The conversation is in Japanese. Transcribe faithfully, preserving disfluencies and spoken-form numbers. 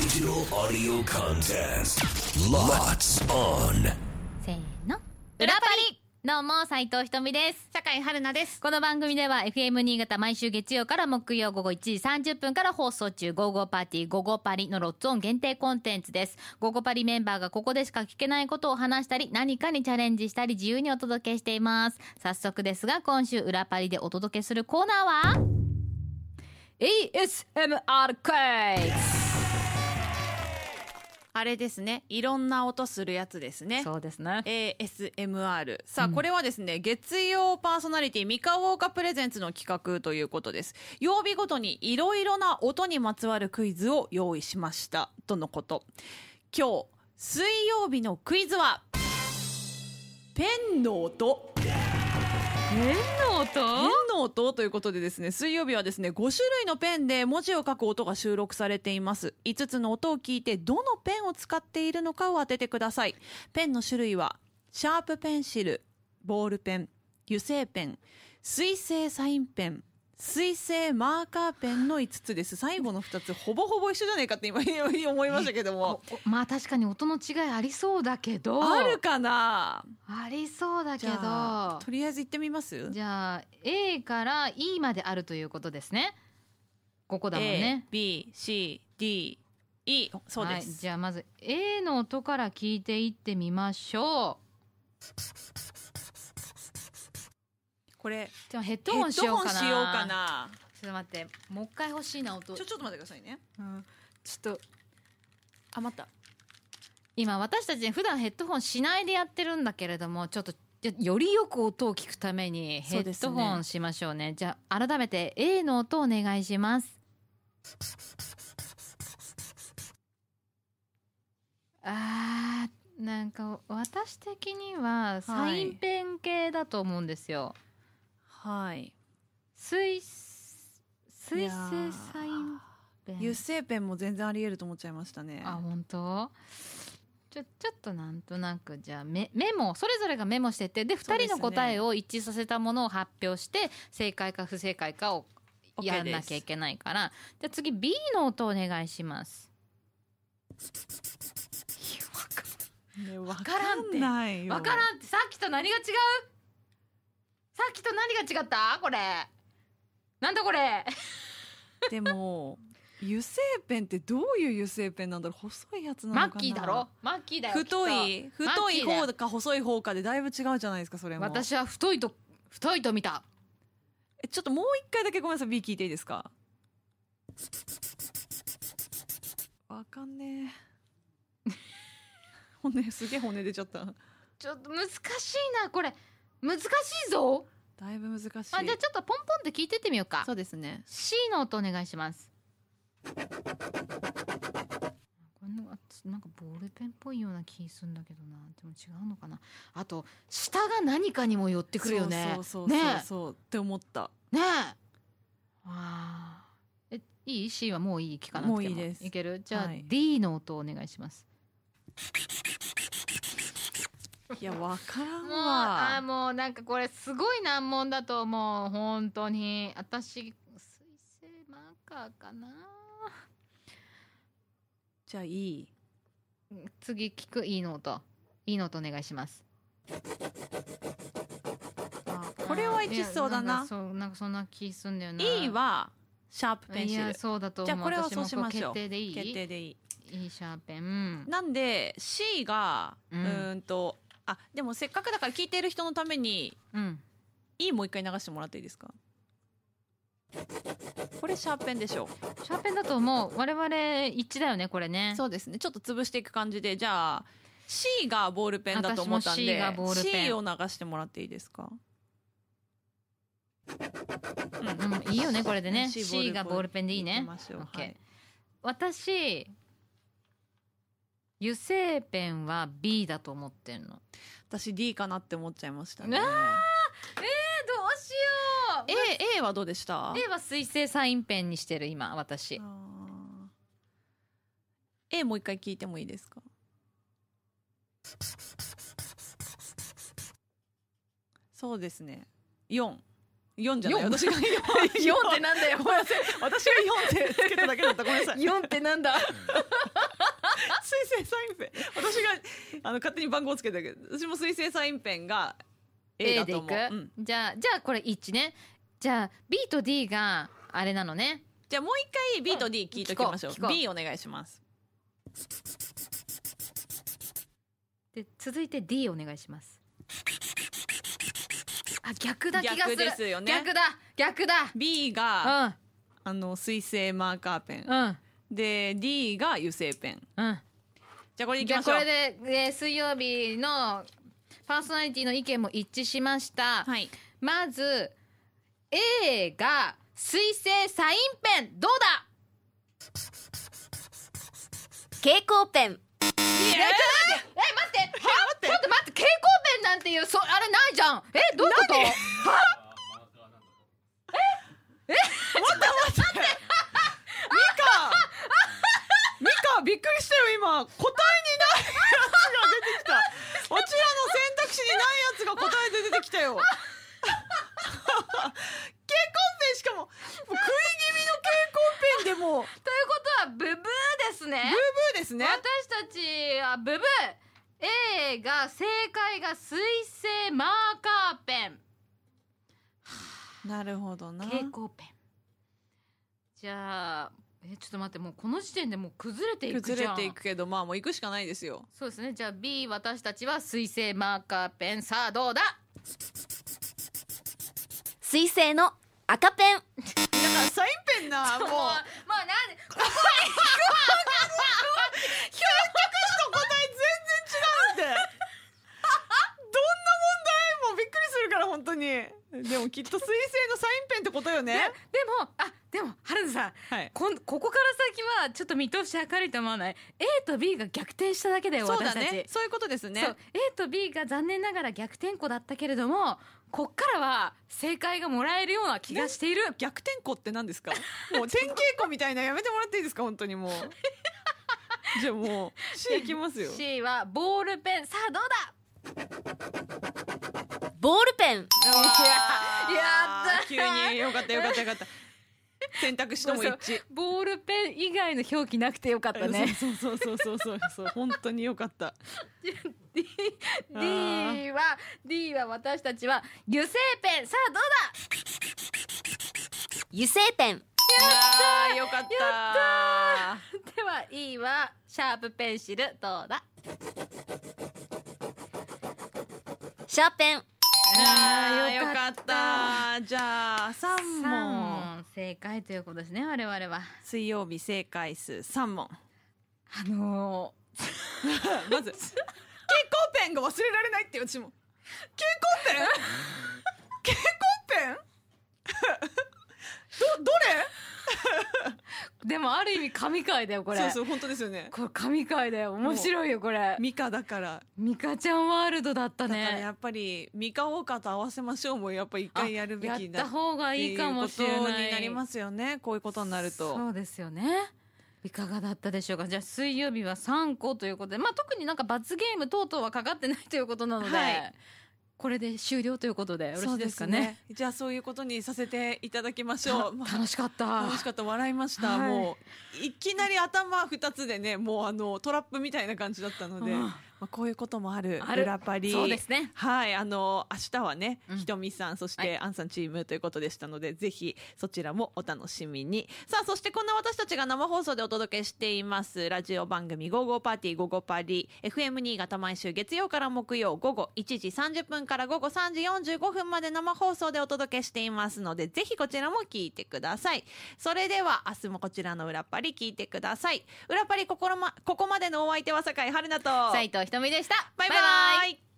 Digital audio contest. Lots on. せーの、裏パリ。どうも斉藤ひとみです。 酒井春菜です。 この番組では エフエム 新潟毎週月曜から木曜午後いちじさんじゅっぷんから放送中、ゴーゴーパーティーゴーゴーパリのロッツオン限定コンテンツです。ゴーゴーパリメンバーがここでしか聞けないことを話したり、何かにチャレンジしたり、自由にお届けしています。早速ですが、今週裏パリでお届けするコーナーは エーエスエムアール クイズ。 あれですね、いろんな音するやつですね。 そうですね。 エーエスエムアール。さあ、 うんこれはですね、月曜パーソナリティミカウォーカプレゼンツの企画ということです。曜日ごとにいろいろな音にまつわるクイズを用意しましたとのこと。今日水曜日のクイズはペンの音。 ペンの音？ ペンの音ということでですね、水曜日はですね、ご種類のペンで文字を書く音が収録されています。いつつの音を聞いてどのペンを使っているのかを当ててください。ペンの種類はシャープペンシル、ボールペン、油性ペン、水性サインペン、水性マーカーペンのいつつです。最後のふたつほぼほぼ一緒じゃないかって今思いましたけども、 まあ確かに音の違いありそうだけど、 あるかな。 ありそうだけど、 じゃあとりあえず行ってみます。 じゃあ A から E まであるということですね。ここだもんね。 A、B、C、D、E。 そうです、 はい、じゃあまず A の音から聞いていってみましょう。 これじゃあヘッドホンしようかな。 ヘッドホンしようかな。 ちょっと待って、もう一回欲しいな音。 ちょちょっと待ってくださいね。 うん、ちょっとあ、待った。 今私たちね、普段ヘッドホンしないでやってるんだけれども、ちょっとよりよく音を聞くためにヘッドホンしましょうね。じゃあ改めて A の音をお願いします。あー、なんか私的にはサインペン系だと思うんですよ。 はい。 水水性サインペン。 油性ペンも全然あり得ると思っちゃいましたね。 あ、本当？ちょちょっとなんとなくじゃあメメモ、それぞれがメモしてってでふたりの答えを一致させたものを発表して正解か不正解かをやんなきゃいけないから、じゃあ次 B の音お願いします。 ね、わかからんってんないよ。 わからんって、さっきと何が違う？さっきと何が違った？これなんだこれでも油性ペンってどういう油性ペンなんだろう。細いやつなのかな。 マッキーだろ。マッキーだよ。 太いきっと太いマッキーだよ。 方か細い方かでだいぶ違うじゃないですか。それも私は太いと太いと見た。 えちょっともう一回だけごめんなさい。 B 聞いていいですか。わかんねえ骨すげえ骨出ちゃった。 ちょっと難しいなこれ。難しいぞ。 だいぶ難しい。 あ、じゃあちょっとポンポンって聞いてってみようか。 そうですね。 C の音お願いします。これなんかボールペンっぽいような気するんだけどな。でも違うのかな。あと下が何かにも寄ってくるよね。 そうそうそうそうねそうって思ったえねえ。あーえ、いい？ C はもういい？聞かなくてももういいです。 いける？じゃあ、 はい、 D の音お願いします。 いやわからんもうわ。 あもうなんかこれすごい難問だと思う。本当に私水性マーカーかな。 じゃあいい。 次聞く E の音 E の音お願いします。 あこれは一致そうだな。 なんかそうなんかそんな気すんだよな。 E はシャープペンシル。 いやそうだと思う。 じゃあこれはそうしましょう。 私も決定でいい？ 決定でいい。 いいシャーペン。 なんで C がううんーんとあでもせっかくだから聞いている人のためにうん。 E もう一回流してもらっていいですか。これシャーペンでしょ。 シャーペンだと思う。我々一致だよねこれね。 そうですね。ちょっと潰していく感じで、じゃあ C がボールペンだと思ったんで私も C がボールペン C を流してもらっていいですか。 うんうん、いいよねこれでね。 C C がボールペンでいいね。 行きましょう。 OK、 はい、 私油性ペンは B だと思ってんの。 私 D かなって思っちゃいましたね。 うわーえー、どうしよう。 A, A はどうでした？ A は水性サインペンにしてる今私。 あー A もう一回聞いてもいいですか。そうですね。よん。よんじゃない。私がよん。 よんってなんだよ。 ごめんなさい。私がよんってつけただけだった。ごめんなさい。 よんってなんだ水性サインペン、私があの勝手に番号つけたけど、私も水性サインペンが A だと思う。 A でいく、 うん、 じゃあじゃあこれいちね。じゃあ B と D があれなのね。 じゃあもう一回 B と D 聞いときましょう、 聞こう聞こう B お願いします。 で続いて D お願いします。あ、逆だ気がする。 逆ですよね。 逆だ逆だ。 B が、うん、あの水性マーカーペン、 うん、 で D が油性ペン、 うん、 じゃあこれいきましょう。 じゃあこれで、えー、水曜日のパーソナリティの意見も一致しました、 はい、 まず A が水性サインペン、どうだ。 蛍光ペン。 え、待って、はちょっと待って、蛍光ペンなんていうそあれないじゃん。え、どういうこと。はええ待って待ってミカミカびっくりしたよ今。答えにないやつが出てきた。こちらの選択肢にないやつが答えで出てきたよ蛍光ペン、しかも食い気味の蛍光ペンでもということはブブーですね。 ブーブーですね。 私たちはブブー。 A が正解が水性マーカーペン。 なるほどな。 蛍光ペン。じゃあえちょっと待って、もうこの時点でもう崩れていくじゃん。 崩れていくけど、まあもう行くしかないですよ。 そうですね。じゃあ B、 私たちは水性マーカーペン。さあどうだ。 水性の赤ペン。 だからサインペンなもうもうもうなんでここに選択肢と答え全然違うんでどんな問題もびっくりするから本当に。でもきっと水性のサインペンってことよね。 でもあでも原田さん、 はい、 こ, ここから先はちょっと見通し明るいと思わない？ A と B が逆転しただけだよ。 そうだね、 私たちそういうことですね。 そう A と B が残念ながら逆転校だったけれども、こっからは正解がもらえるような気がしている。 逆転校って何ですか？もう典型校みたいなやめてもらっていいですか本当に。もうじゃあもう C いきますよ。 C はボールペン。さあどうだ。 ボールペン。 やった急によかったよかったよかった選択肢とも一致。 ボールペン以外の表記なくてよかったね。 そうそうそうそうそうそう本当によかった。 D, D は D は私たちは油性ペン。さあどうだ。 油性ペン。 やったーよかったー。 やったー。では E はシャープペンシル。どうだ。 シャーペン。 あーよかった。じゃあさん問正解ということですね。我々は水曜日正解数さん問。 あのー、まず蛍光ペンが忘れられないって私も蛍光ペン蛍光ペンどどれでもある意味神回だよこれ。 そうそう本当ですよね。 これ神回だよ。面白いよこれ。 ミカだからミカちゃんワールドだったね。 だからやっぱりミカオカと合わせましょうもやっぱり一回やるべきだやった方がいいかもしれないっていうことになりますよね。こういうことになると。 そうですよね。いかがだったでしょうか。じゃあ水曜日はさんこということで、まあ特になんか罰ゲーム等々はかかってないということなので、はい、これで終了ということでよろしいですかね。 ね、じゃあそういうことにさせていただきましょう。まあ、 楽しかった楽しかった笑いました、はい、もういきなり頭ふたつでねもうあのトラップみたいな感じだったので、まあ、こういうこともある裏パリ。 そうですね。 はいあの明日はね、 うん、 ひとみさんそしはい、 てアンさんチームということでしたので、ぜひそちらもお楽しみに。さあそしてこんな私たちが生放送でお届けしていますラジオ番組ゴーゴーパーティーゴーゴーパリ エフエム 新潟毎週月曜から木曜午後いちじさんじゅっぷんから午後さんじよんじゅうごふんまで生放送でお届けしていますので、ぜひこちらも聞いてください。それでは明日もこちらの裏パリ聞いてください。裏パリここま、ここまでのお相手は酒井春菜と斉藤ひとみでした。 バイバイ。